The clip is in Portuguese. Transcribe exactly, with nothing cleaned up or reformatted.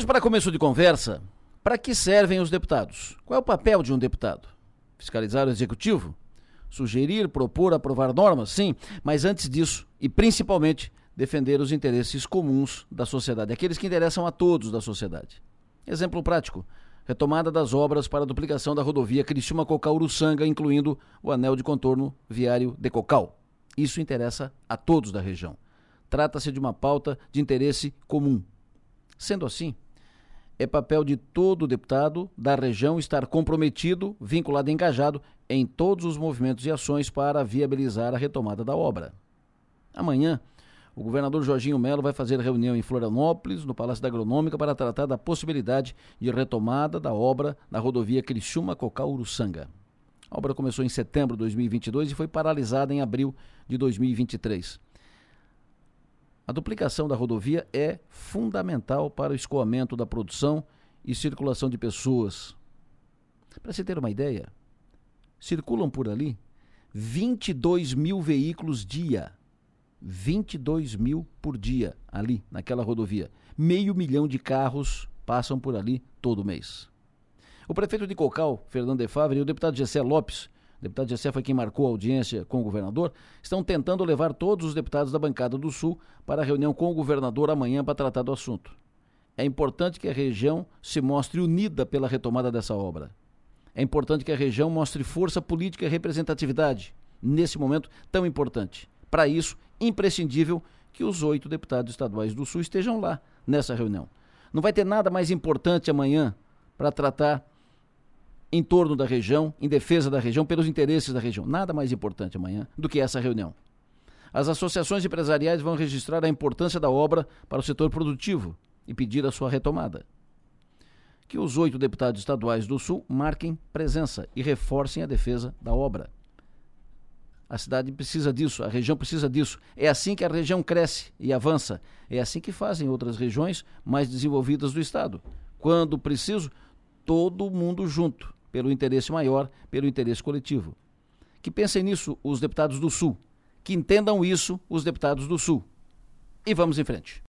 Mas para começo de conversa, para que servem os deputados? Qual é o papel de um deputado? Fiscalizar o executivo? Sugerir, propor, aprovar normas? Sim, mas antes disso, e principalmente, defender os interesses comuns da sociedade, aqueles que interessam a todos da sociedade. Exemplo prático, retomada das obras para a duplicação da rodovia Criciúma-Cocal-Uruçanga, incluindo o anel de contorno viário de Cocal. Isso interessa a todos da região. Trata-se de uma pauta de interesse comum. Sendo assim, é papel de todo deputado da região estar comprometido, vinculado e engajado em todos os movimentos e ações para viabilizar a retomada da obra. Amanhã, o governador Jorginho Melo vai fazer reunião em Florianópolis, no Palácio da Agronômica, para tratar da possibilidade de retomada da obra na rodovia Criciúma-Cocal-Uruçanga. A obra começou em setembro de dois mil e vinte e dois e foi paralisada em abril de dois mil e vinte e três. A duplicação da rodovia é fundamental para o escoamento da produção e circulação de pessoas. Para se ter uma ideia, circulam por ali vinte e dois mil veículos dia. vinte e dois mil por dia ali, naquela rodovia. Meio milhão de carros passam por ali todo mês. O prefeito de Cocal, Fernando de Favre, e o deputado Gessé Lopes, o deputado Gessé foi quem marcou a audiência com o governador, estão tentando levar todos os deputados da bancada do Sul para a reunião com o governador amanhã para tratar do assunto. É importante que a região se mostre unida pela retomada dessa obra. É importante que a região mostre força política e representatividade nesse momento tão importante. Para isso, imprescindível que os oito deputados estaduais do Sul estejam lá nessa reunião. Não vai ter nada mais importante amanhã para tratar em torno da região, em defesa da região, pelos interesses da região. Nada mais importante amanhã do que essa reunião. As associações empresariais vão registrar a importância da obra para o setor produtivo e pedir a sua retomada. Que os oito deputados estaduais do Sul marquem presença e reforcem a defesa da obra. A cidade precisa disso, a região precisa disso. É assim que a região cresce e avança. É assim que fazem outras regiões mais desenvolvidas do estado. Quando preciso, todo mundo junto, pelo interesse maior, pelo interesse coletivo. Que pensem nisso os deputados do Sul. Que entendam isso os deputados do Sul. E vamos em frente.